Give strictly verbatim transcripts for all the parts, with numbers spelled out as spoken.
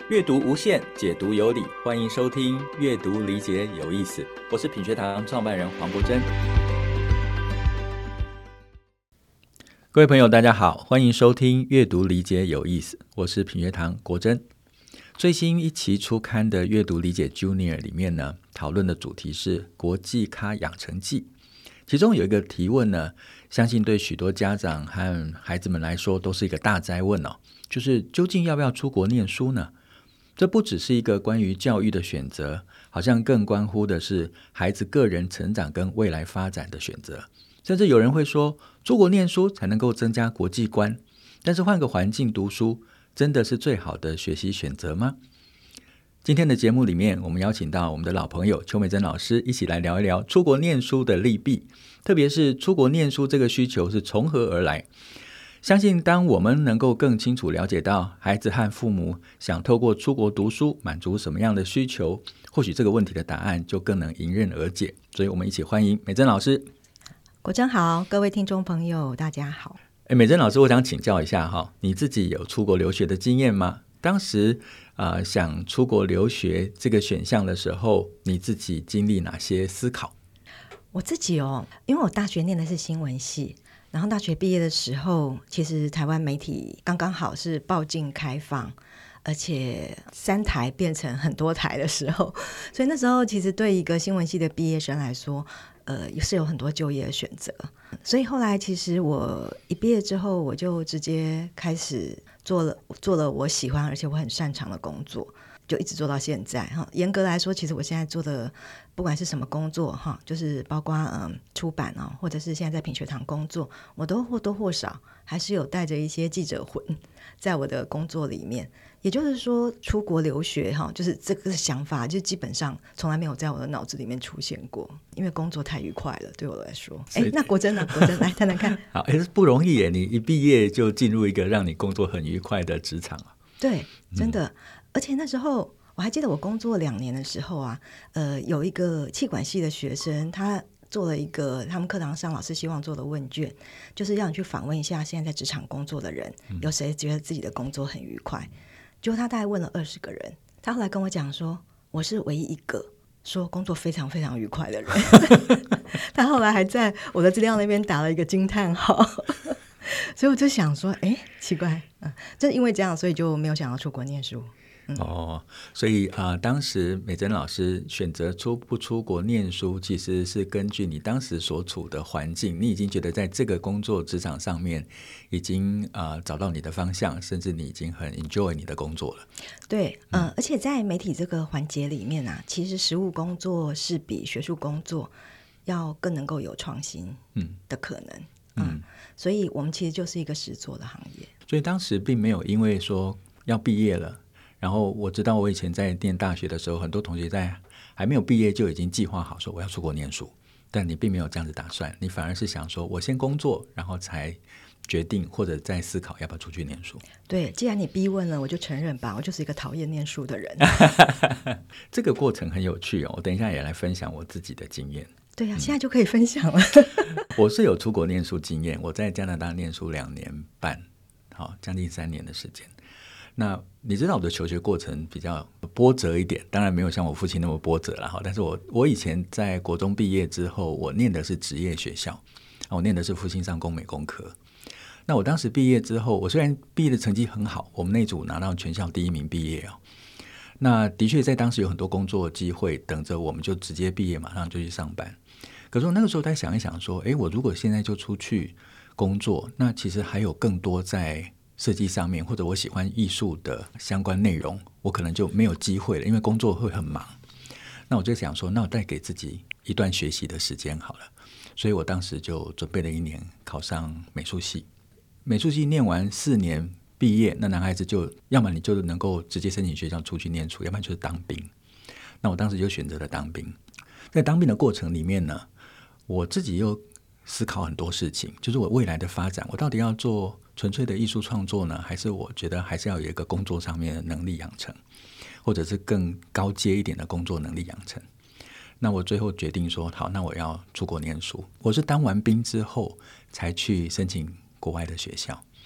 阅读无限，解读有理，欢迎收听阅读理解有意思。我是品学堂创办人黄国珍。各位朋友大家好，欢迎收听阅读理解有意思，我是品学堂国珍。最新一期出刊的阅读理解 Junior 里面呢，讨论的主题是国际咖养成记。其中有一个提问呢，相信对许多家长和孩子们来说都是一个大哉问哦，就是究竟要不要出国念书呢？这不只是一个关于教育的选择，好像更关乎的是孩子个人成长跟未来发展的选择。甚至有人会说，出国念书才能够增加国际观，但是换个环境读书，真的是最好的学习选择吗？今天的节目里面，我们邀请到我们的老朋友邱美珍老师一起来聊一聊出国念书的利弊，特别是出国念书这个需求是从何而来。相信当我们能够更清楚了解到孩子和父母想透过出国读书满足什么样的需求，或许这个问题的答案就更能迎刃而解。所以我们一起欢迎美珍老师。 国珍好，各位听众朋友大家好。 诶美珍老师，我想请教一下哈，你自己有出国留学的经验吗？当时、呃、想出国留学这个选项的时候，你自己经历哪些思考？ 我自己哦，因为我大学念的是新闻系，然后大学毕业的时候，其实台湾媒体刚刚好是报禁开放，而且三台变成很多台的时候，所以那时候其实对一个新闻系的毕业生来说，呃，是有很多就业的选择。所以后来其实我一毕业之后，我就直接开始做了做了我喜欢而且我很擅长的工作，就一直做到现在。严格来说，其实我现在做的不管是什么工作，就是包括、嗯、出版、哦、或者是现在在品学堂工作，我都或多或少还是有带着一些记者魂在我的工作里面。也就是说，出国留学就是这个想法就基本上从来没有在我的脑子里面出现过，因为工作太愉快了对我来说。哎，那国珍呢？国珍来谈谈看。 好，不容易耶，你一毕业就进入一个让你工作很愉快的职场啊。 对，真的、嗯、而且那时候我还记得我工作两年的时候啊，呃，有一个企管系的学生，他做了一个他们课堂上老师希望做的问卷，就是让你去访问一下现在在职场工作的人、嗯、有谁觉得自己的工作很愉快。结果他大概问了二十个人，他后来跟我讲说，我是唯一一个说工作非常非常愉快的人他后来还在我的资料那边打了一个惊叹号所以我就想说，哎，奇怪，嗯，正因为这样，所以就没有想要出国念书。嗯、 哦，所以啊、呃，当时美珍老师选择出不出国念书，其实是根据你当时所处的环境，你已经觉得在这个工作职场上面已经啊、呃、找到你的方向，甚至你已经很 enjoy 你的工作了。 对，嗯、呃，而且在媒体这个环节里面啊，其实实务工作是比学术工作要更能够有创新的可能。嗯，嗯所以我们其实就是一个实作的行业。 所以当时并没有因为说要毕业了。然后我知道我以前在念大学的时候，很多同学在还没有毕业就已经计划好说我要出国念书，但你并没有这样子打算，你反而是想说我先工作，然后才决定或者再思考要不要出去念书。 对，既然你逼问了，我就承认吧，我就是一个讨厌念书的人这个过程很有趣哦，我等一下也来分享我自己的经验。 对啊，现在就可以分享了我是有出国念书经验，我在加拿大念书两年半，好，将近三年的时间。那你知道我的求学过程比较波折一点，当然没有像我父亲那么波折啦，但是我我以前在国中毕业之后，我念的是职业学校，我念的是复兴商工美工科。那我当时毕业之后，我虽然毕业的成绩很好，我们那组拿到全校第一名毕业哦。那的确在当时有很多工作机会等着我们，就直接毕业马上就去上班。可是我那个时候在想一想说，诶，我如果现在就出去工作，那其实还有更多在设计上面，或者我喜欢艺术的相关内容，我可能就没有机会了，因为工作会很忙。那我就想说，那我再给自己一段学习的时间好了。所以我当时就准备了一年考上美术系。美术系念完四年毕业，那男孩子就要么你就能够直接申请学校出去念书，要不然就是当兵。那我当时就选择了当兵。在当兵的过程里面呢，我自己又思考很多事情，就是我未来的发展，我到底要做纯粹的艺术创作呢，还是我觉得还是要有一个工作上面的能力养成，或者是更高阶一点的工作能力养成。那我最后决定说，好，那我要出国念书。我是当完兵之后才去申请国外的学校。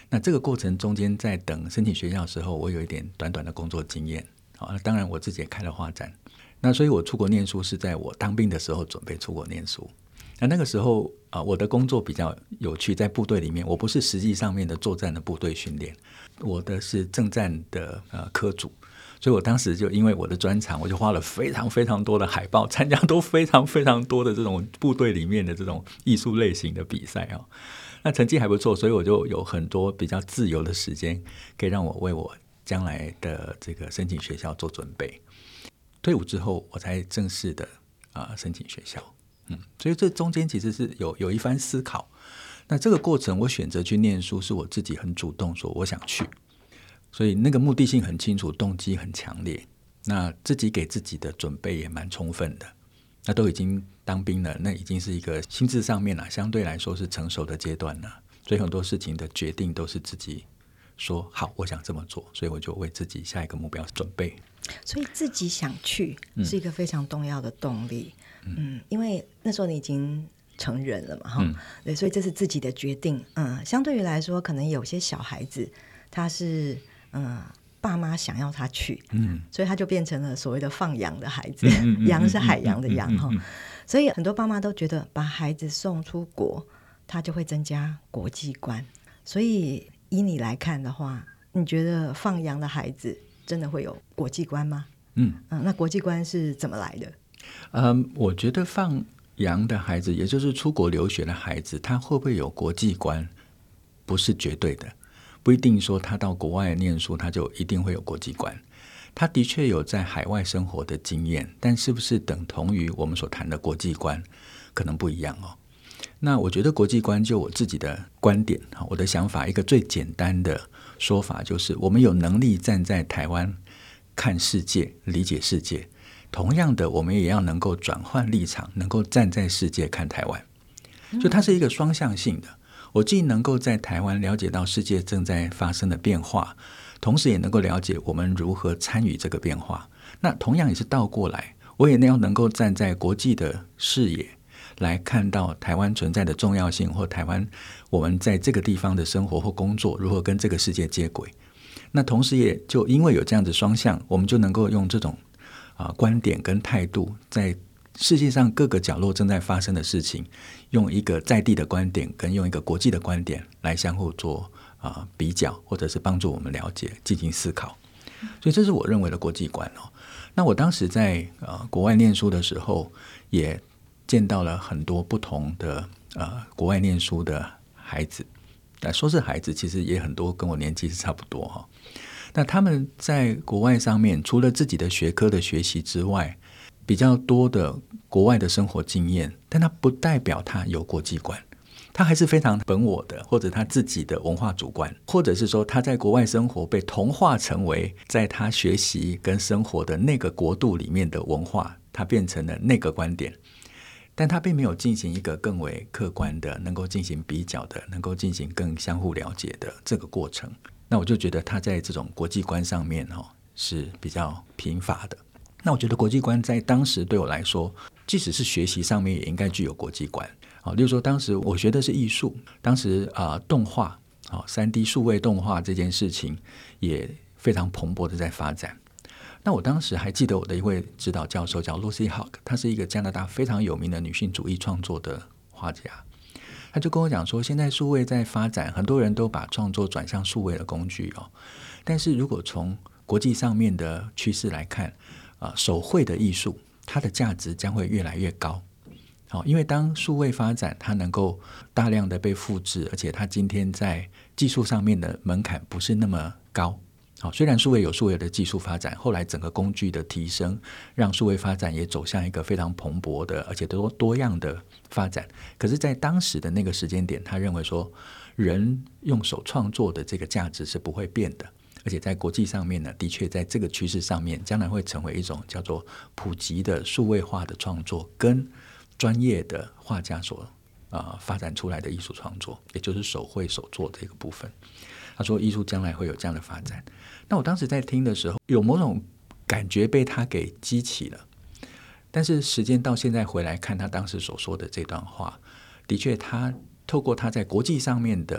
那这个过程中间在等申请学校的时候，我有一点短短的工作经验。好，当然我自己也开了画展。那所以我出国念书是在我当兵的时候准备出国念书。那那个时候、呃、我的工作比较有趣，在部队里面我不是实际上面的作战的部队训练，我的是政战的、呃、科组。所以我当时就因为我的专长，我就画了非常非常多的海报，参加都非常非常多的这种部队里面的这种艺术类型的比赛、哦、那成绩还不错，所以我就有很多比较自由的时间可以让我为我将来的这个申请学校做准备。退伍之后我才正式的、呃、申请学校。嗯，所以这中间其实是有有一番思考。那这个过程我选择去念书是我自己很主动说我想去，所以那个目的性很清楚，动机很强烈，那自己给自己的准备也蛮充分的。那都已经当兵了，那已经是一个心智上面、啊、相对来说是成熟的阶段了，所以很多事情的决定都是自己说好我想这么做，所以我就为自己下一个目标准备。 所以自己想去是一个非常重要的动力。 嗯, 嗯因为那时候你已经成人了嘛、嗯、对，所以这是自己的决定。嗯，相对于来说可能有些小孩子他是嗯爸妈想要他去，嗯，所以他就变成了所谓的放羊的孩子，嗯、羊是海洋的羊、嗯嗯嗯、所以很多爸妈都觉得把孩子送出国他就会增加国际观。所以以你来看的话，你觉得放羊的孩子真的会有国际观吗？ 嗯, 嗯那国际观是怎么来的？ 嗯，我觉得放羊的孩子，也就是出国留学的孩子，他会不会有国际观不是绝对的，不一定说他到国外念书他就一定会有国际观。他的确有在海外生活的经验，但是不是等同于我们所谈的国际观可能不一样哦。那我觉得国际观就我自己的观点，我的想法，一个最简单的说法就是我们有能力站在台湾看世界理解世界，同样的我们也要能够转换立场，能够站在世界看台湾。就它是一个双向性的，我既能够在台湾了解到世界正在发生的变化，同时也能够了解我们如何参与这个变化。那同样也是倒过来，我也要能够站在国际的视野来看到台湾存在的重要性，或台湾我们在这个地方的生活或工作如何跟这个世界接轨。那同时也就因为有这样子双向，我们就能够用这种、呃、观点跟态度，在世界上各个角落正在发生的事情，用一个在地的观点跟用一个国际的观点来相互做、呃、比较，或者是帮助我们了解进行思考。所以这是我认为的国际观哦。那我当时在、呃、国外念书的时候，也见到了很多不同的、呃、国外念书的孩子。但说是孩子，其实也很多跟我年纪是差不多、哦、那他们在国外上面除了自己的学科的学习之外，比较多的国外的生活经验，但它不代表他有国际观，他还是非常本我的，或者他自己的文化主观，或者是说他在国外生活被同化成为在他学习跟生活的那个国度里面的文化，他变成了那个观点，但他并没有进行一个更为客观的，能够进行比较的，能够进行更相互了解的这个过程。那我就觉得他在这种国际观上面、哦、是比较贫乏的。那我觉得国际观在当时对我来说，即使是学习上面也应该具有国际观。好，例如说当时我学的是艺术，当时、呃、动画、哦、三 D 数位动画这件事情也非常蓬勃的在发展。那我当时还记得我的一位指导教授叫 Lucy Hawk， 她是一个加拿大非常有名的女性主义创作的画家。她就跟我讲说，现在数位在发展，很多人都把创作转向数位的工具哦。但是如果从国际上面的趋势来看，呃、手绘的艺术它的价值将会越来越高。好，因为当数位发展，它能够大量的被复制，而且它今天在技术上面的门槛不是那么高。好，虽然数位有数位的技术发展，后来整个工具的提升让数位发展也走向一个非常蓬勃的而且 多, 多样的发展。可是在当时的那个时间点，他认为说人用手创作的这个价值是不会变的，而且在国际上面呢，的确在这个趋势上面将来会成为一种叫做普及的数位化的创作，跟专业的画家所、呃、发展出来的艺术创作，也就是手绘手作这个部分。他说艺术将来会有这样的发展。那我当时在听的时候，有某种感觉被他给激起了。但是时间到现在回来看他当时所说的这段话，的确他透过他在国际上面的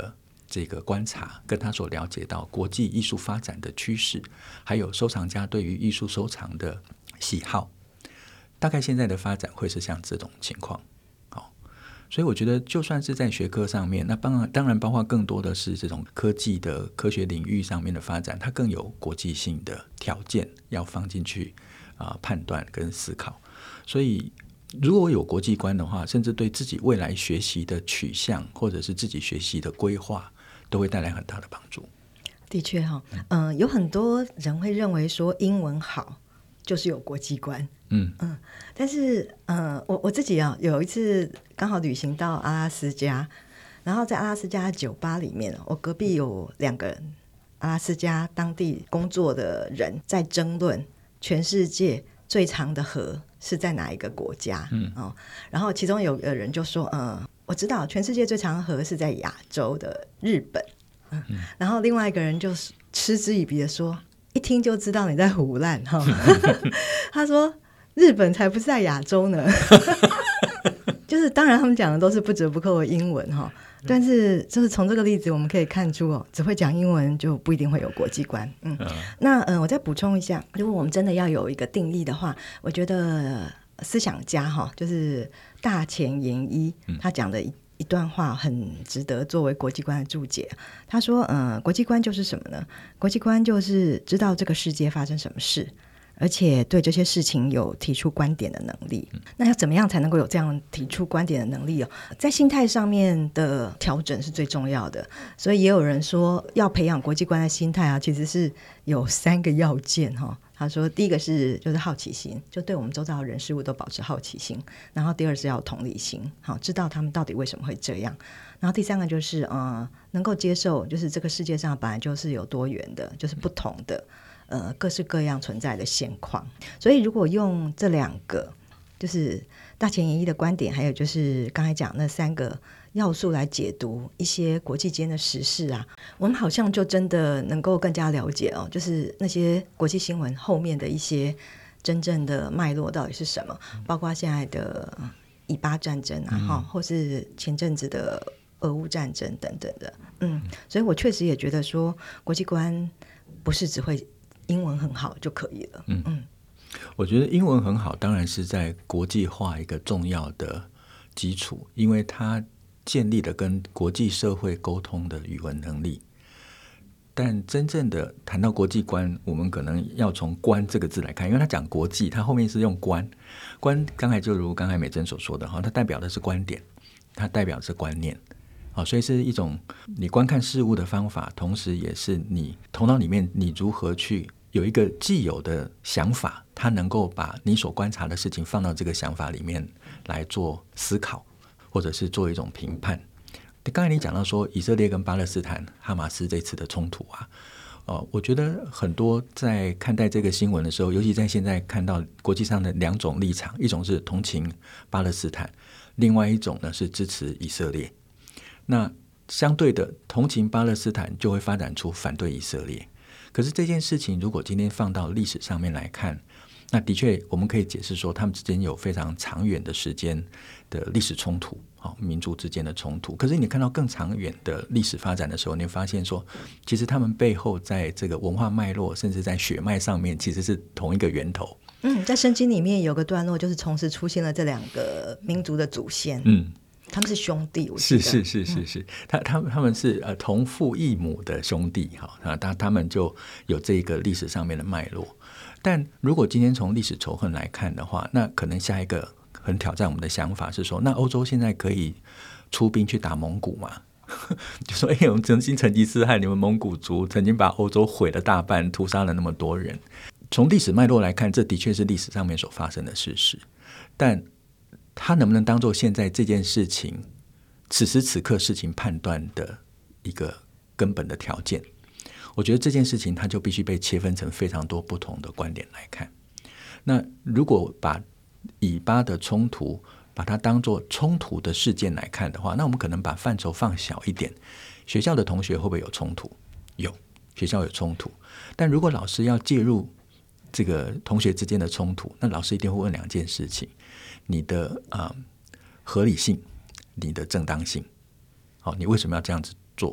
这个观察，跟他所了解到国际艺术发展的趋势，还有收藏家对于艺术收藏的喜好，大概现在的发展会是像这种情况。好，所以我觉得就算是在学科上面，那当然当然包括更多的是这种科技的科学领域上面的发展，它更有国际性的条件要放进去、呃、判断跟思考。所以如果有国际观的话，甚至对自己未来学习的取向或者是自己学习的规划都会带来很大的帮助。 的确哈、哦呃，有很多人会认为说英文好就是有国际观，嗯嗯，但是呃，我我自己啊有一次刚好旅行到阿拉斯加，然后在阿拉斯加的酒吧里面，我隔壁有两个人阿拉斯加当地工作的人在争论全世界最长的河是在哪一个国家，嗯哦，然后其中有个人就说，呃，我知道全世界最长的河是在亚洲的日本，嗯嗯、然后另外一个人就嗤之以鼻的说，一听就知道你在唬烂哈。他说日本才不是在亚洲呢。就是当然他们讲的都是不折不扣的英文哈，但是就是从这个例子我们可以看出哦，只会讲英文就不一定会有国际观。嗯，那嗯、呃，我再补充一下，如果我们真的要有一个定义的话，我觉得思想家哈，就是大前研一他讲的一一段话很值得作为国际观的注解。他说，呃，国际观就是什么呢？国际观就是知道这个世界发生什么事，而且对这些事情有提出观点的能力。那要怎么样才能够有这样提出观点的能力哦？在心态上面的调整是最重要的。所以也有人说要培养国际观的心态啊，其实是有三个要件哈、哦。他说第一个是就是好奇心，就对我们周遭的人事物都保持好奇心。然后第二是要有同理心，好，知道他们到底为什么会这样。然后第三个就是呃，能够接受就是这个世界上本来就是有多元的，就是不同的呃，各式各样存在的现况。所以如果用这两个就是大前研一的观点，还有就是刚才讲那三个要素来解读一些国际间的时事啊，我们好像就真的能够更加了解哦，就是那些国际新闻后面的一些真正的脉络到底是什么，包括现在的以巴战争啊、嗯、或是前阵子的俄乌战争等等的。嗯，所以我确实也觉得说国际观不是只会英文很好就可以了。嗯嗯， 我觉得英文很好当然是在国际化一个重要的基础，因为它建立了跟国际社会沟通的语文能力。但真正的谈到国际观，我们可能要从观这个字来看，因为它讲国际，它后面是用观。观刚才就如刚才美珍所说的，它代表的是观点，它代表的是观念，所以是一种你观看事物的方法，同时也是你头脑里面你如何去有一个既有的想法，它能够把你所观察的事情放到这个想法里面来做思考，或者是做一种评判。刚才你讲到说以色列跟巴勒斯坦哈马斯这次的冲突啊，呃、我觉得很多在看待这个新闻的时候，尤其在现在看到国际上的两种立场，一种是同情巴勒斯坦，另外一种呢是支持以色列。那相对的，同情巴勒斯坦就会发展出反对以色列。可是这件事情如果今天放到历史上面来看，那的确我们可以解释说他们之间有非常长远的时间的历史冲突，民族之间的冲突。可是你看到更长远的历史发展的时候，你会发现说其实他们背后在这个文化脉络甚至在血脉上面其实是同一个源头。 嗯，在圣经里面有个段落就是同时出现了这两个民族的祖先，嗯，他们是兄弟，我记得是是是是是，他他们他们是呃同父异母的兄弟哈，他他们就有这个历史上面的脉络。但如果今天从历史仇恨来看的话，那可能下一个很挑战我们的想法是说，那欧洲现在可以出兵去打蒙古吗？就说哎、欸，我们曾经成吉思汗，你们蒙古族曾经把欧洲毁了大半，屠杀了那么多人。从历史脉络来看，这的确是历史上面所发生的事实，但它能不能当作现在这件事情此时此刻事情判断的一个根本的条件？我觉得这件事情它就必须被切分成非常多不同的观点来看。那如果把以巴的冲突把它当作冲突的事件来看的话，那我们可能把范畴放小一点，学校的同学会不会有冲突？有，学校有冲突。但如果老师要介入这个同学之间的冲突，那老师一定会问两件事情：你的、呃、合理性，你的正当性。好，你为什么要这样子做？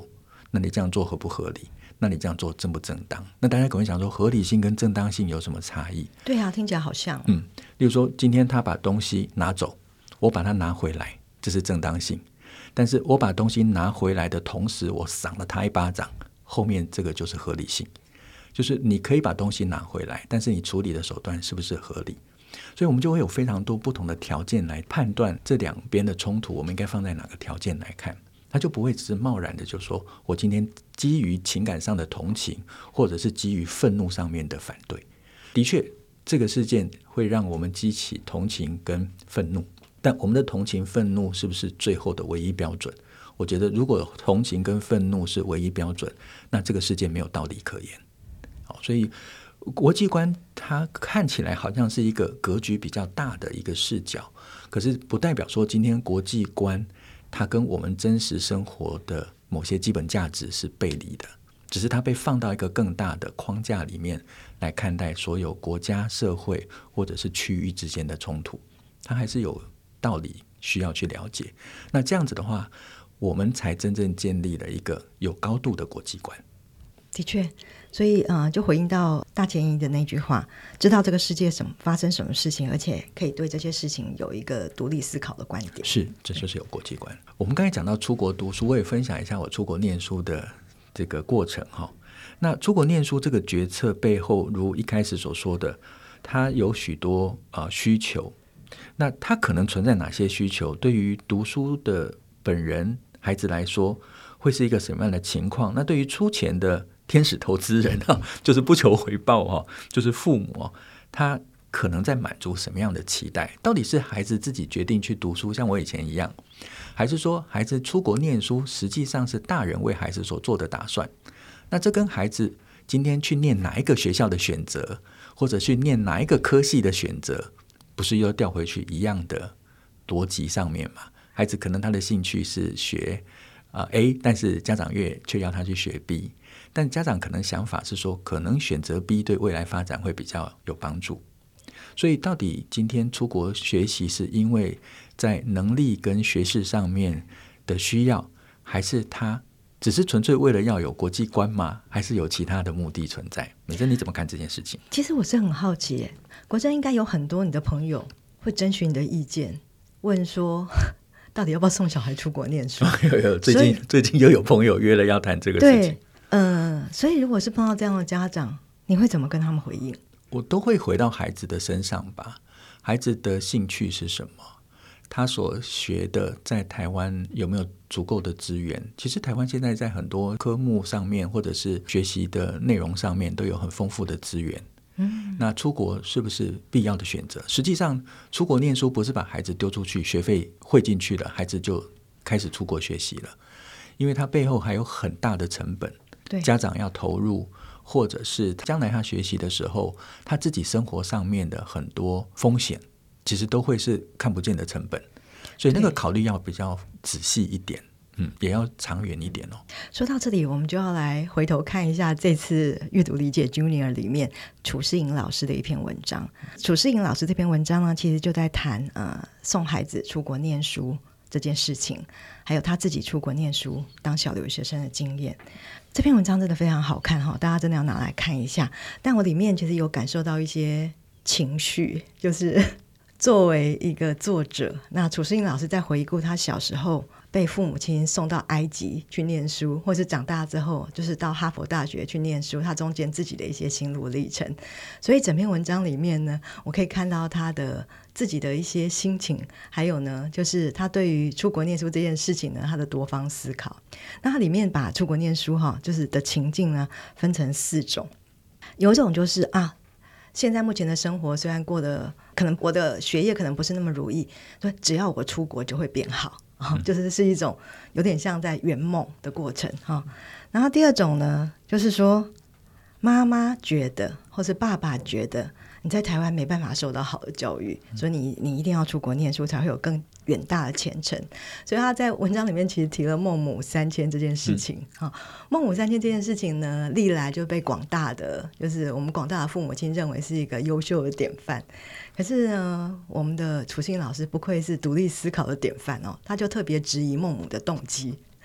那你这样做合不合理？那你这样做正不正当？那大家可能会想说，合理性跟正当性有什么差异？ 对啊，听起来好像。 嗯，例如说，今天他把东西拿走，我把它拿回来，这是正当性。但是我把东西拿回来的同时，我赏了他一巴掌，后面这个就是合理性。就是你可以把东西拿回来，但是你处理的手段是不是合理？所以我们就会有非常多不同的条件来判断这两边的冲突，我们应该放在哪个条件来看。他就不会只是贸然的就说我今天基于情感上的同情，或者是基于愤怒上面的反对。的确这个事件会让我们激起同情跟愤怒，但我们的同情愤怒是不是最后的唯一标准？我觉得如果同情跟愤怒是唯一标准，那这个世界没有道理可言。好，所以国际观它看起来好像是一个格局比较大的一个视角，可是不代表说今天国际观它跟我们真实生活的某些基本价值是背离的，只是它被放到一个更大的框架里面来看待所有国家、社会或者是区域之间的冲突，它还是有道理需要去了解。那这样子的话，我们才真正建立了一个有高度的国际观。 的确，所以呃，就回应到大前一的那句话，知道这个世界什么发生什么事情，而且可以对这些事情有一个独立思考的观点。 是，这就是有国际观。我们刚才讲到出国读书，我也分享一下我出国念书的这个过程哈。那出国念书这个决策背后，如一开始所说的，它有许多呃需求。那它可能存在哪些需求？对于读书的本人孩子来说，会是一个什么样的情况？那对于出钱的天使投资人啊，就是不求回报哦，就是父母哦，他可能在满足什么样的期待？到底是孩子自己决定去读书，像我以前一样，还是说孩子出国念书实际上是大人为孩子所做的打算？那这跟孩子今天去念哪一个学校的选择，或者去念哪一个科系的选择，不是又调回去一样的逻辑上面吗？孩子可能他的兴趣是学呃 A， 但是家长越却要他去学 B， 但家长可能想法是说，可能选择 B 对未来发展会比较有帮助。所以到底今天出国学习是因为在能力跟学识上面的需要，还是他只是纯粹为了要有国际观吗？还是有其他的目的存在？美珍你怎么看这件事情？ 其实我是很好奇，国珍应该有很多你的朋友会征询你的意见，问说到底要不要送小孩出国念书？ 有有，最近最近又有朋友约了要谈这个事情。 对，呃，所以如果是碰到这样的家长，你会怎么跟他们回应？ 我都会回到孩子的身上吧。孩子的兴趣是什么？他所学的在台湾有没有足够的资源？其实台湾现在在很多科目上面，或者是学习的内容上面，都有很丰富的资源。嗯，那出国是不是必要的选择？实际上出国念书不是把孩子丢出去，学费汇进去了，孩子就开始出国学习了，因为他背后还有很大的成本， 对， 家长要投入，或者是将来他学习的时候，他自己生活上面的很多风险，其实都会是看不见的成本，所以那个考虑要比较仔细一点。嗯，也要长远一点哦。 说到这里，我们就要来回头看一下这次阅读理解 Junior 里面楚世颖老师的一篇文章。楚世颖老师这篇文章呢，其实就在谈呃送孩子出国念书这件事情，还有他自己出国念书当小留学生的经验。这篇文章真的非常好看哈，大家真的要拿来看一下。但我里面其实有感受到一些情绪，就是作为一个作者，那楚世颖老师在回顾他小时候被父母亲送到埃及去念书，或是长大之后就是到哈佛大学去念书，他中间自己的一些心路历程。所以整篇文章里面呢，我可以看到他的自己的一些心情，还有呢就是他对于出国念书这件事情呢，他的多方思考。那他里面把出国念书哈，就是的情境呢分成四种。有一种就是啊，现在目前的生活虽然过得可能我的学业可能不是那么如意，所以只要我出国就会变好，嗯、就是是一种有点像在圆梦的过程哈。然后第二种呢，就是说妈妈觉得或是爸爸觉得你在台湾没办法受到好的教育，所以你你一定要出国念书才会有更远大的前程。所以他在文章里面其实提了孟母三迁这件事情、嗯、孟母三迁这件事情呢，历来就被广大的就是我们广大的父母亲认为是一个优秀的典范。可是呢，我们的楚世颖老师不愧是独立思考的典范哦，他就特别质疑孟母的动机。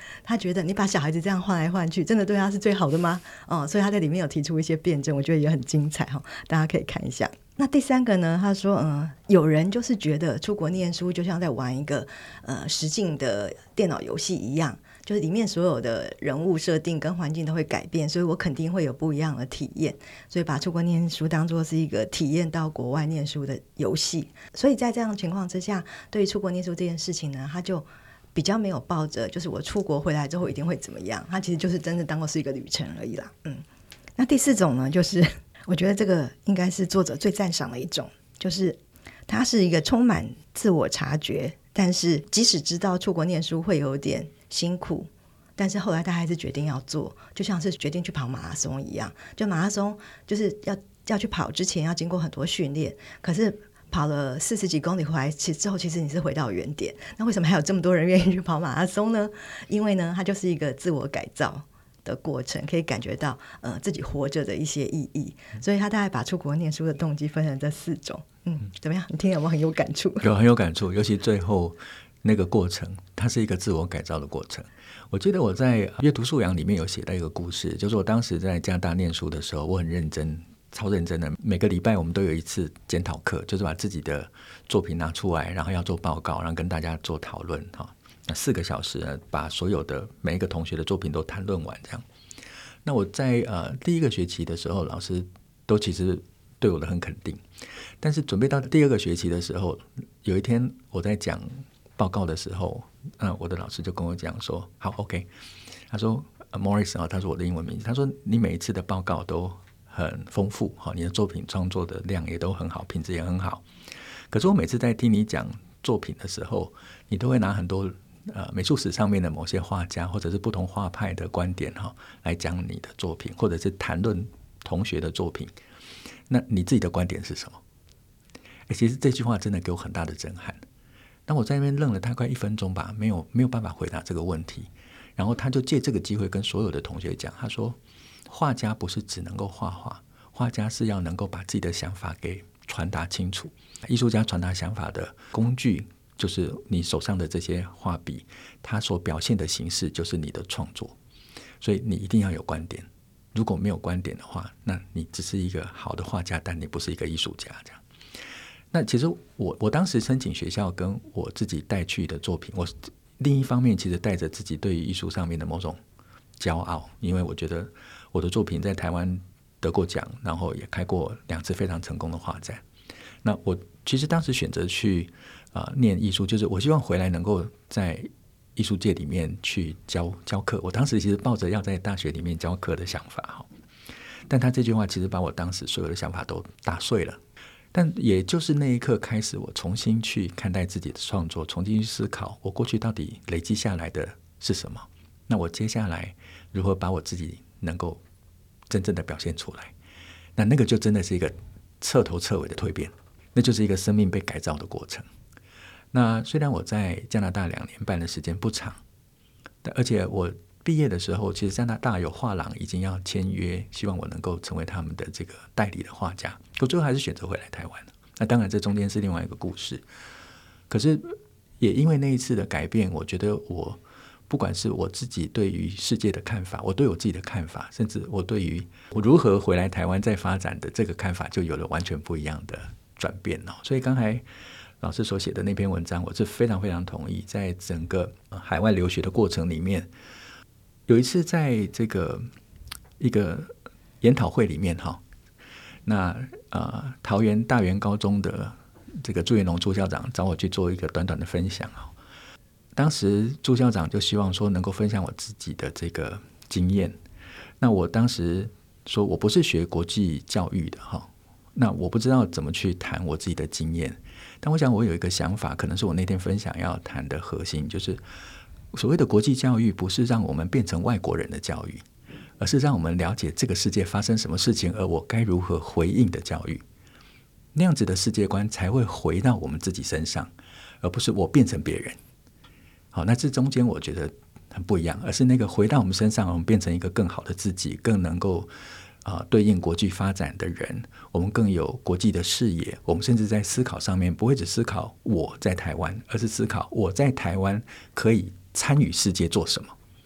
他觉得你把小孩子这样换来换去，真的对他是最好的吗？哦，所以他在里面有提出一些辩证，我觉得也很精彩哈、哦，大家可以看一下。那第三个呢，他说，嗯、呃，有人就是觉得出国念书就像在玩一个呃实境的电脑游戏一样，就是里面所有的人物设定跟环境都会改变，所以我肯定会有不一样的体验，所以把出国念书当作是一个体验到国外念书的游戏。所以在这样的情况之下，对于出国念书这件事情呢，他就比较没有抱着就是我出国回来之后一定会怎么样，他其实就是真的当作是一个旅程而已啦。嗯，那第四种呢，就是我觉得这个应该是作者最赞赏的一种，就是他是一个充满自我察觉，但是即使知道出国念书会有点辛苦，但是后来他还是决定要做，就像是决定去跑马拉松一样。就马拉松就是要要去跑之前要经过很多训练，可是跑了四十几公里回来之后，其实你是回到原点。那为什么还有这么多人愿意去跑马拉松呢？因为呢，它就是一个自我改造的过程，可以感觉到呃自己活着的一些意义。所以他大概把出国念书的动机分成这四种。嗯，怎么样？你听有没有很有感触？ 有，很有感触，尤其最后那个过程，它是一个自我改造的过程。我记得我在阅读素养里面有写到一个故事，就是我当时在加拿大念书的时候，我很认真，超认真的，每个礼拜我们都有一次检讨课，就是把自己的作品拿出来，然后要做报告，然后跟大家做讨论。那四个小时呢，把所有的每一个同学的作品都谈论完这样。那我在呃第一个学期的时候，老师都其实对我的很肯定，但是准备到第二个学期的时候，有一天我在讲报告的时候，呃、我的老师就跟我讲说，好 OK， 他说、呃、Morris 啊，他说我的英文名字，他说你每一次的报告都很丰富，你的作品创作的量也都很好，品质也很好，可是我每次在听你讲作品的时候，你都会拿很多呃美术史上面的某些画家或者是不同画派的观点哈来讲你的作品，或者是谈论同学的作品，那你自己的观点是什么？欸、其实这句话真的给我很大的震撼。那我在那边愣了大概一分钟吧，没有没有办法回答这个问题。然后他就借这个机会跟所有的同学讲，他说画家不是只能够画画，画家是要能够把自己的想法给传达清楚。艺术家传达想法的工具就是你手上的这些画笔，它所表现的形式就是你的创作。所以你一定要有观点，如果没有观点的话，那你只是一个好的画家，但你不是一个艺术家这样。那其实我我当时申请学校跟我自己带去的作品，我另一方面其实带着自己对于艺术上面的某种骄傲，因为我觉得我的作品在台湾得过奖，然后也开过两次非常成功的画展。那我其实当时选择去、呃、念艺术，就是我希望回来能够在艺术界里面去教教课。我当时其实抱着要在大学里面教课的想法，但他这句话其实把我当时所有的想法都打碎了。但也就是那一刻开始，我重新去看待自己的创作，重新去思考我过去到底累积下来的是什么，那我接下来如何把我自己能够真正的表现出来。那那个就真的是一个彻头彻尾的蜕变，那就是一个生命被改造的过程。那虽然我在加拿大两年半的时间不长，而且我毕业的时候，其实加拿大有画廊已经要签约，希望我能够成为他们的这个代理的画家，我最后还是选择回来台湾。那当然这中间是另外一个故事，可是也因为那一次的改变，我觉得我不管是我自己对于世界的看法，我对我自己的看法，甚至我对于我如何回来台湾再发展的这个看法，就有了完全不一样的转变。所以刚才老师所写的那篇文章，我是非常非常同意。在整个海外留学的过程里面，有一次在这个一个研讨会里面哈，那呃桃园大园高中的这个朱元龙朱校长找我去做一个短短的分享。当时朱校长就希望说能够分享我自己的这个经验。那我当时说我不是学国际教育的哈，那我不知道怎么去谈我自己的经验。但我想我有一个想法，可能是我那天分享要谈的核心，就是所谓的国际教育不是让我们变成外国人的教育，而是让我们了解这个世界发生什么事情，而我该如何回应的教育。那样子的世界观才会回到我们自己身上，而不是我变成别人。好，那这中间我觉得很不一样，而是那个回到我们身上，我们变成一个更好的自己，更能够、呃、对应国际发展的人，我们更有国际的视野，我们甚至在思考上面不会只思考我在台湾，而是思考我在台湾可以参与世界做什么。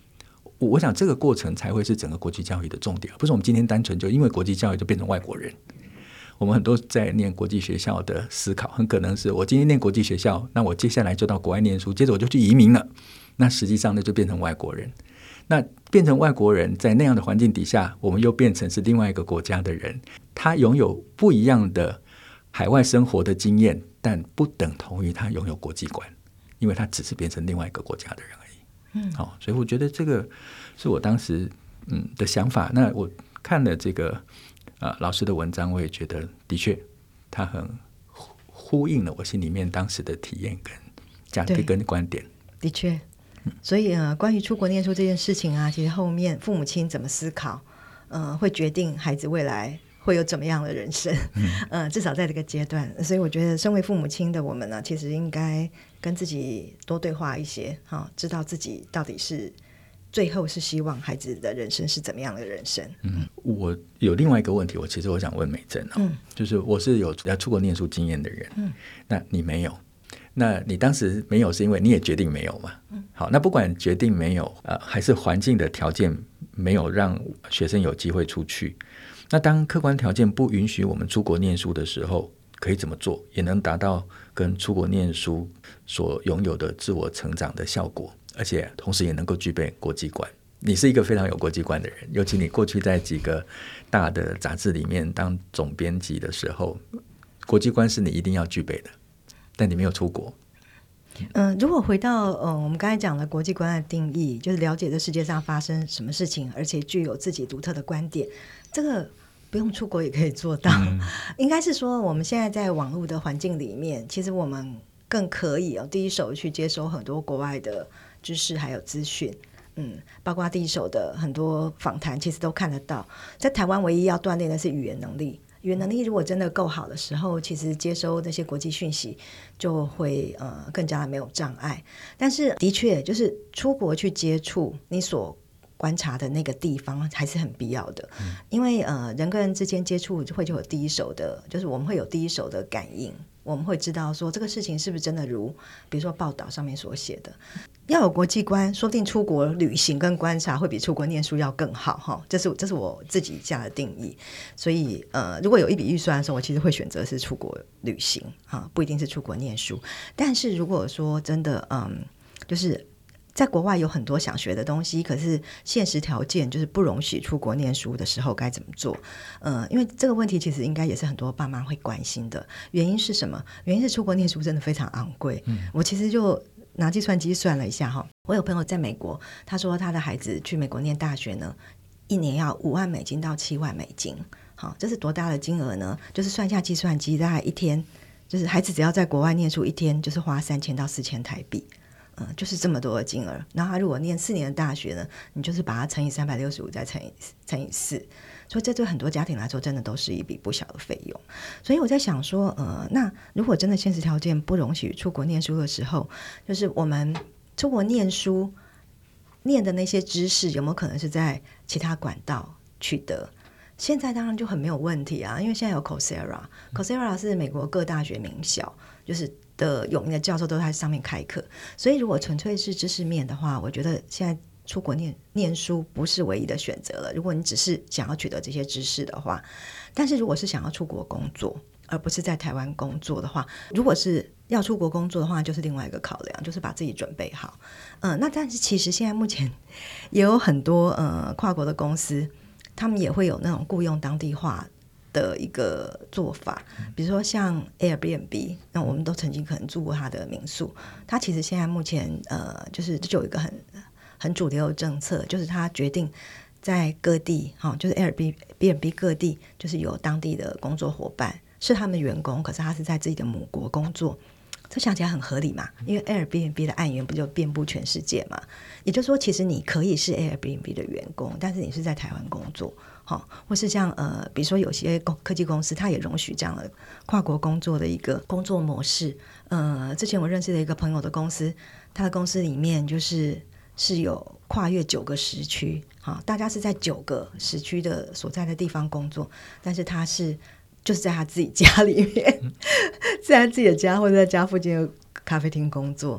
我我想这个过程才会是整个国际教育的重点，不是我们今天单纯就因为国际教育就变成外国人。我们很多在念国际学校的思考，很可能是我今天念国际学校，那我接下来就到国外念书，接着我就去移民了，那实际上呢就变成外国人。那变成外国人，在那样的环境底下，我们又变成是另外一个国家的人，他拥有不一样的海外生活的经验，但不等同于他拥有国际观，因为他只是变成另外一个国家的人而已。嗯，好、哦，所以我觉得这个是我当时嗯的想法。那我看了这个呃老师的文章，我也觉得的确他很呼应了我心里面当时的体验跟价值跟观点。 的确。所以呃，关于出国念书这件事情啊，其实后面父母亲怎么思考，呃，会决定孩子未来会有怎么样的人生。嗯、呃，至少在这个阶段，所以我觉得身为父母亲的我们呢，其实应该跟自己多对话一些，哈、哦，知道自己到底是最后是希望孩子的人生是怎么样的人生。 嗯，我有另外一个问题，我其实我想问美珍、哦嗯、就是我是有要出国念书经验的人，嗯，那你没有？那你当时没有是因为你也决定没有嘛？好，那不管决定没有、呃、还是环境的条件没有让学生有机会出去，那当客观条件不允许我们出国念书的时候，可以怎么做也能达到跟出国念书所拥有的自我成长的效果，而且同时也能够具备国际观。你是一个非常有国际观的人，尤其你过去在几个大的杂志里面当总编辑的时候，国际观是你一定要具备的，但你没有出国。 嗯、呃，如果回到呃我们刚才讲的国际观的定义，就是了解这世界上发生什么事情，而且具有自己独特的观点，这个不用出国也可以做到。嗯、应该是说我们现在在网络的环境里面，其实我们更可以哦第一手去接收很多国外的知识还有资讯。嗯，包括第一手的很多访谈其实都看得到。在台湾唯一要锻炼的是语言能力，语言能力如果真的够好的时候，其实接收那些国际讯息就会呃更加的没有障碍。但是的确就是出国去接触你所观察的那个地方还是很必要的。嗯、因为呃人跟人之间接触会就有第一手的，就是我们会有第一手的感应，我们会知道说这个事情是不是真的如比如说报道上面所写的。要有国际观，说不定出国旅行跟观察会比出国念书要更好哈，这是这是我自己下的定义。所以呃，如果有一笔预算的时候，我其实会选择是出国旅行哈，不一定是出国念书。但是如果说真的嗯，就是在国外有很多想学的东西，可是现实条件就是不容许出国念书的时候该怎么做？呃，因为这个问题其实应该也是很多爸妈会关心的。原因是什么？原因是出国念书真的非常昂贵。嗯、我其实就拿计算机算了一下哈，我有朋友在美国，他说他的孩子去美国念大学呢，一年要五万美金到七万美金。好，这是多大的金额呢？就是算下计算机，大概一天，就是孩子只要在国外念书一天，就是花三千到四千台币。嗯，就是这么多的金额。然后他如果念四年的大学呢，你就是把它乘以三百六十五，再乘以乘以四，所以这对很多家庭来说，真的都是一笔不小的费用。所以我在想说，呃，那如果真的现实条件不容许出国念书的时候，就是我们出国念书念的那些知识，有没有可能是在其他管道取得？现在当然就很没有问题啊，因为现在有 Coursera，Coursera 是美国各大学名校，就是的有名的教授都在上面开课，所以如果纯粹是知识面的话，我觉得现在出国 念, 念书不是唯一的选择了。如果你只是想要取得这些知识的话，但是如果是想要出国工作而不是在台湾工作的话，如果是要出国工作的话，就是另外一个考量，就是把自己准备好。嗯、呃，那但是其实现在目前也有很多呃跨国的公司，他们也会有那种雇用当地化的一个做法，比如说像 Airbnb， 那我们都曾经可能住过它的民宿，它其实现在目前呃就是就有一个很很主流的政策，就是它决定在各地、哦、就是 Airbnb 各地就是有当地的工作伙伴是他们的员工，可是他是在自己的母国工作，这想起来很合理嘛，因为 Airbnb 的案源不就遍布全世界嘛，也就是说其实你可以是 Airbnb 的员工，但是你是在台湾工作、哦、或是像呃，比如说有些科技公司它也容许这样的跨国工作的一个工作模式。呃，之前我认识的一个朋友的公司，他的公司里面就是是有跨越九个时区、哦、大家是在九个时区的所在的地方工作，但是他是就是在他自己家里面在他自己的家或者在家附近的咖啡厅工作。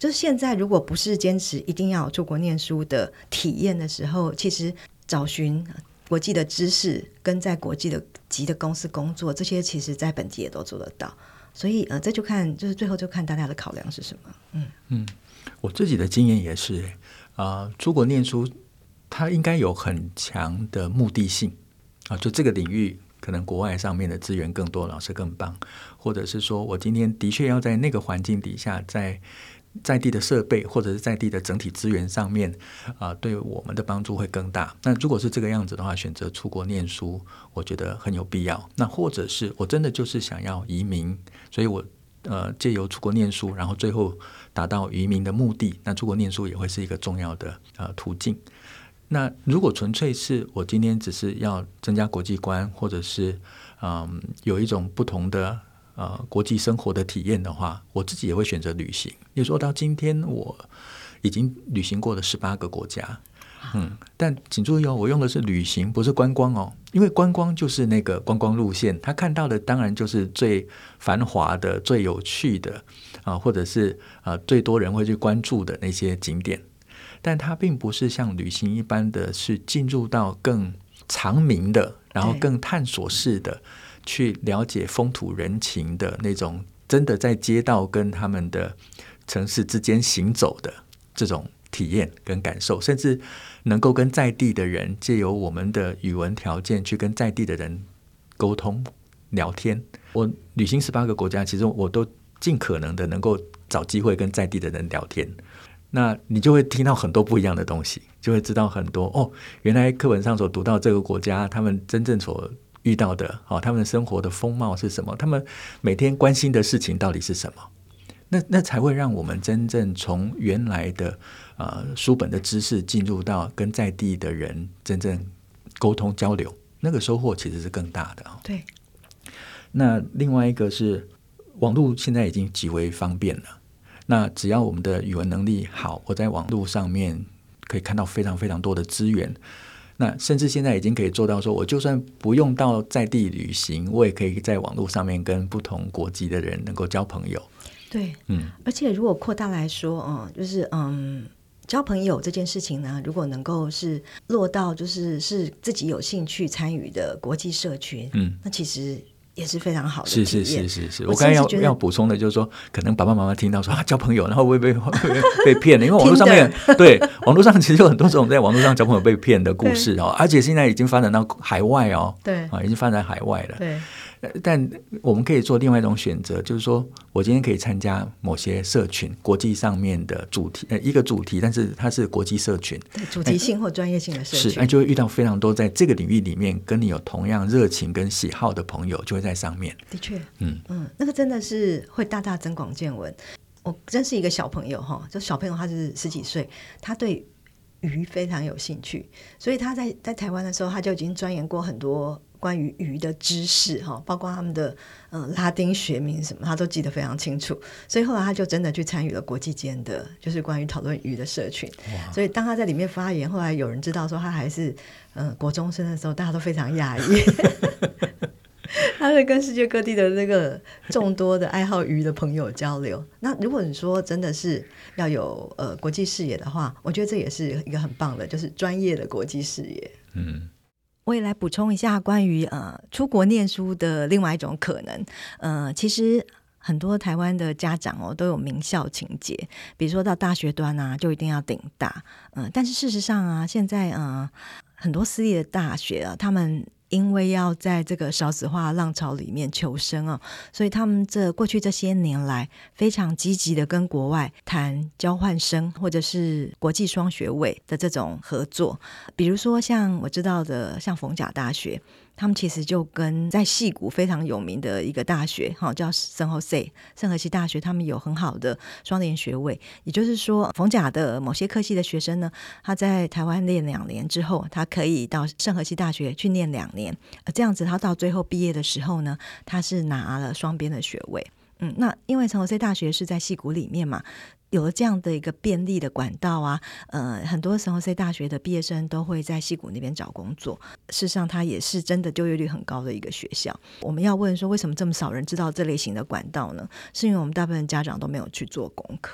就是现在如果不是坚持一定要出国念书的体验的时候，其实找寻国际的知识跟在国际的级的公司工作，这些其实在本地也都做得到。所以呃，这就看就是最后就看大家的考量是什么。嗯嗯，我自己的经验也是，啊、呃，出国念书它应该有很强的目的性啊，就这个领域可能国外上面的资源更多，老师更棒，或者是说我今天的确要在那个环境底下，在在地的设备或者是在地的整体资源上面啊、呃，对我们的帮助会更大。那如果是这个样子的话，选择出国念书，我觉得很有必要。那或者是我真的就是想要移民，所以我呃借由出国念书，然后最后达到移民的目的，那出国念书也会是一个重要的呃途径。那如果纯粹是我今天只是要增加国际观，或者是嗯有一种不同的呃国际生活的体验的话，我自己也会选择旅行。比如说到今天我已经旅行过了十八个国家，嗯，但请注意哦，我用的是旅行，不是观光哦，因为观光就是那个观光路线，他看到的当然就是最繁华的、最有趣的啊、呃，或者是啊、呃、最多人会去关注的那些景点。但它并不是像旅行一般的是进入到更长明的，然后更探索式的去了解风土人情的那种，真的在街道跟他们的城市之间行走的这种体验跟感受，甚至能够跟在地的人借由我们的语文条件去跟在地的人沟通聊天。我旅行十八个国家，其实我都尽可能的能够找机会跟在地的人聊天，那你就会听到很多不一样的东西，就会知道很多哦，原来课本上所读到这个国家他们真正所遇到的、哦、他们的生活的风貌是什么，他们每天关心的事情到底是什么，那那才会让我们真正从原来的、呃、书本的知识进入到跟在地的人真正沟通交流，那个收获其实是更大的、哦、 对。 那另外一个是网络现在已经极为方便了，那只要我们的语文能力好，我在网络上面可以看到非常非常多的资源，那甚至现在已经可以做到说，我就算不用到在地旅行，我也可以在网络上面跟不同国籍的人能够交朋友。 对， 嗯， 而且如果扩大来说，嗯，就是嗯，交朋友这件事情呢，如果能够是落到就是是自己有兴趣参与的国际社群，嗯，那其实也是非常好的体验。是是是是是，我刚才要要补充的就是说，可能爸爸妈妈听到说啊交朋友，然后会被会被骗的，因为网络上面对网络上其实有很多这种在网络上交朋友被骗的故事哦，而且现在已经发展到海外哦，对啊，已经发展海外了。对。但我们可以做另外一种选择，就是说我今天可以参加某些社群，国际上面的主题，呃，一个主题，但是它是国际社群， 对，主题性或专业性的社群， 是，那就会遇到非常多在这个领域里面跟你有同样热情跟喜好的朋友，就会在上面。 的确，嗯嗯，那个真的是会大大增广见闻。我认识一个小朋友哈，就小朋友他是十几岁，他对鱼非常有兴趣，所以他在在台湾的时候，他就已经钻研过很多关于鱼的知识，包括他们的、呃、拉丁学名什么他都记得非常清楚，所以后来他就真的去参与了国际间的就是关于讨论鱼的社群，所以当他在里面发言，后来有人知道说他还是、呃、国中生的时候，大家都非常讶异他会跟世界各地的那个众多的爱好鱼的朋友交流。那如果你说真的是要有、呃、国际视野的话，我觉得这也是一个很棒的，就是专业的国际视野。嗯，我也来补充一下关于、呃、出国念书的另外一种可能。呃，其实很多台湾的家长哦都有名校情节，比如说到大学端啊就一定要顶大、呃、但是事实上啊现在、呃、很多私立的大学啊，他们因为要在这个少子化浪潮里面求生哦，所以他们这过去这些年来非常积极的跟国外谈交换生或者是国际双学位的这种合作。比如说像我知道的像逢甲大学，他们其实就跟在矽谷非常有名的一个大学叫圣荷西圣荷西大学，他们有很好的双联学位，也就是说逢甲的某些科系的学生呢，他在台湾念两年之后，他可以到圣荷西大学去念两年，这样子他到最后毕业的时候呢，他是拿了双边的学位。嗯，那因为圣荷西大学是在矽谷里面嘛，有了这样的一个便利的管道啊，呃，很多圣荷西大学的毕业生都会在矽谷那边找工作。事实上，它也是真的就业率很高的一个学校。我们要问说，为什么这么少人知道这类型的管道呢？是因为我们大部分家长都没有去做功课。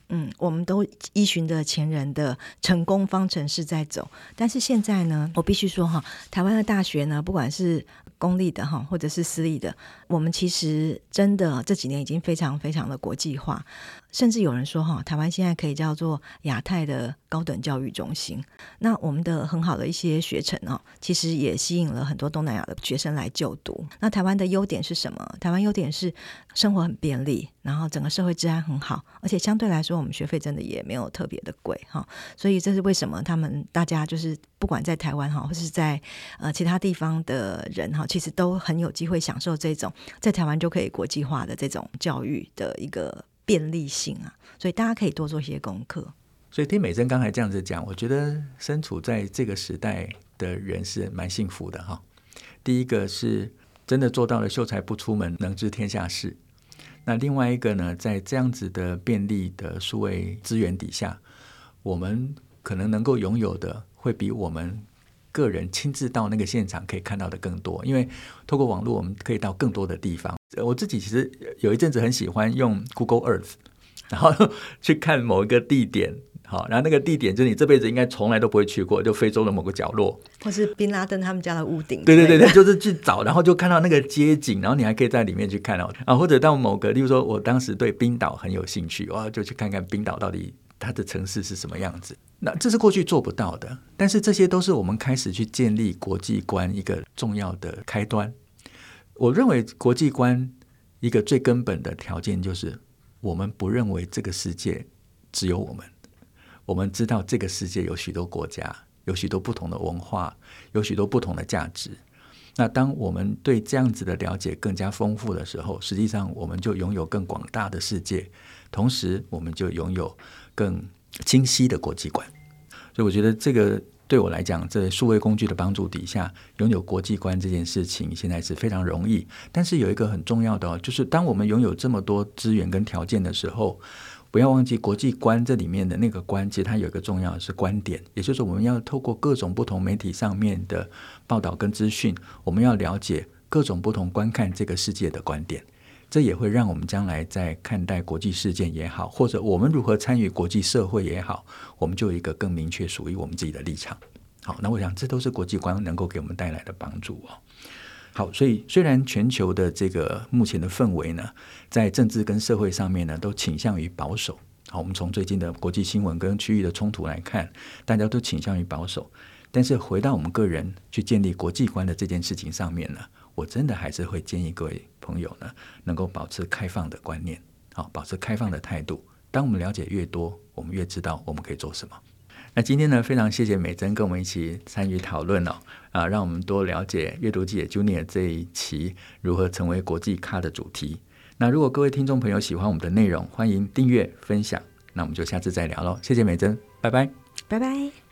嗯，我们都依循着前人的成功方程式在走，但是现在呢，我必须说哈，台湾的大学呢，不管是公立的哈，或者是私立的，我们其实真的这几年已经非常非常的国际化，甚至有人说哈，台湾现在可以叫做亚太的高等教育中心。那我们的很好的一些学程哦，其实也吸引了很多东南亚的学生来就读。那台湾的优点是什么？台湾优点是生活很便利，然后整个社会治安很好，而且相对来说我们学费真的也没有特别的贵哈。所以这是为什么他们大家就是不管在台湾哈，或是在呃其他地方的人哈，其实都很有机会享受这种在台湾就可以国际化的这种教育的一个便利性啊，所以大家可以多做些功课。 所以听美珍刚才这样子讲，我觉得身处在这个时代的人是蛮幸福的哈。第一个是真的做到了秀才不出门，能知天下事。那另外一个呢，在这样子的便利的数位资源底下，我们可能能够拥有的会比我们个人亲自到那个现场可以看到的更多，因为透过网络我们可以到更多的地方。我自己其实有一阵子很喜欢用 Google Earth， 然后去看某一个地点，好，然后那个地点就是你这辈子应该从来都不会去过，就非洲的某个角落， 或是宾拉登他们家的屋顶。 对对对对，就是去找，然后就看到那个街景，然后你还可以在里面去看哦，啊，或者到某个，例如说我当时对冰岛很有兴趣，哇，就去看看冰岛到底它的城市是什么样子。那这是过去做不到的，但是这些都是我们开始去建立国际观一个重要的开端。我认为国际观一个最根本的条件就是我们不认为这个世界只有我们，我们知道这个世界有许多国家，有许多不同的文化，有许多不同的价值。那当我们对这样子的了解更加丰富的时候，实际上我们就拥有更广大的世界，同时我们就拥有更清晰的国际观。所以我觉得这个对我来讲，在数位工具的帮助底下，拥有国际观这件事情现在是非常容易。但是有一个很重要的、哦、就是当我们拥有这么多资源跟条件的时候，不要忘记国际观这里面的那个观，其实它有一个重要的是观点，也就是我们要透过各种不同媒体上面的报道跟资讯，我们要了解各种不同观看这个世界的观点。这也会让我们将来在看待国际事件也好，或者我们如何参与国际社会也好，我们就有一个更明确属于我们自己的立场。好，那我想这都是国际观能够给我们带来的帮助哦。好，所以虽然全球的这个目前的氛围呢，在政治跟社会上面呢，都倾向于保守。好，我们从最近的国际新闻跟区域的冲突来看，大家都倾向于保守。但是回到我们个人去建立国际观的这件事情上面呢，我真的还是会建议各位朋友呢，能够保持开放的观念，好，保持开放的态度。当我们了解越多，我们越知道我们可以做什么。那今天呢，非常谢谢美珍跟我们一起参与讨论哦，啊，让我们多了解阅读记者 Junior 这一期如何成为国际咖的主题。那如果各位听众朋友喜欢我们的内容，欢迎订阅分享。那我们就下次再聊咯。谢谢美珍，拜拜， 拜拜。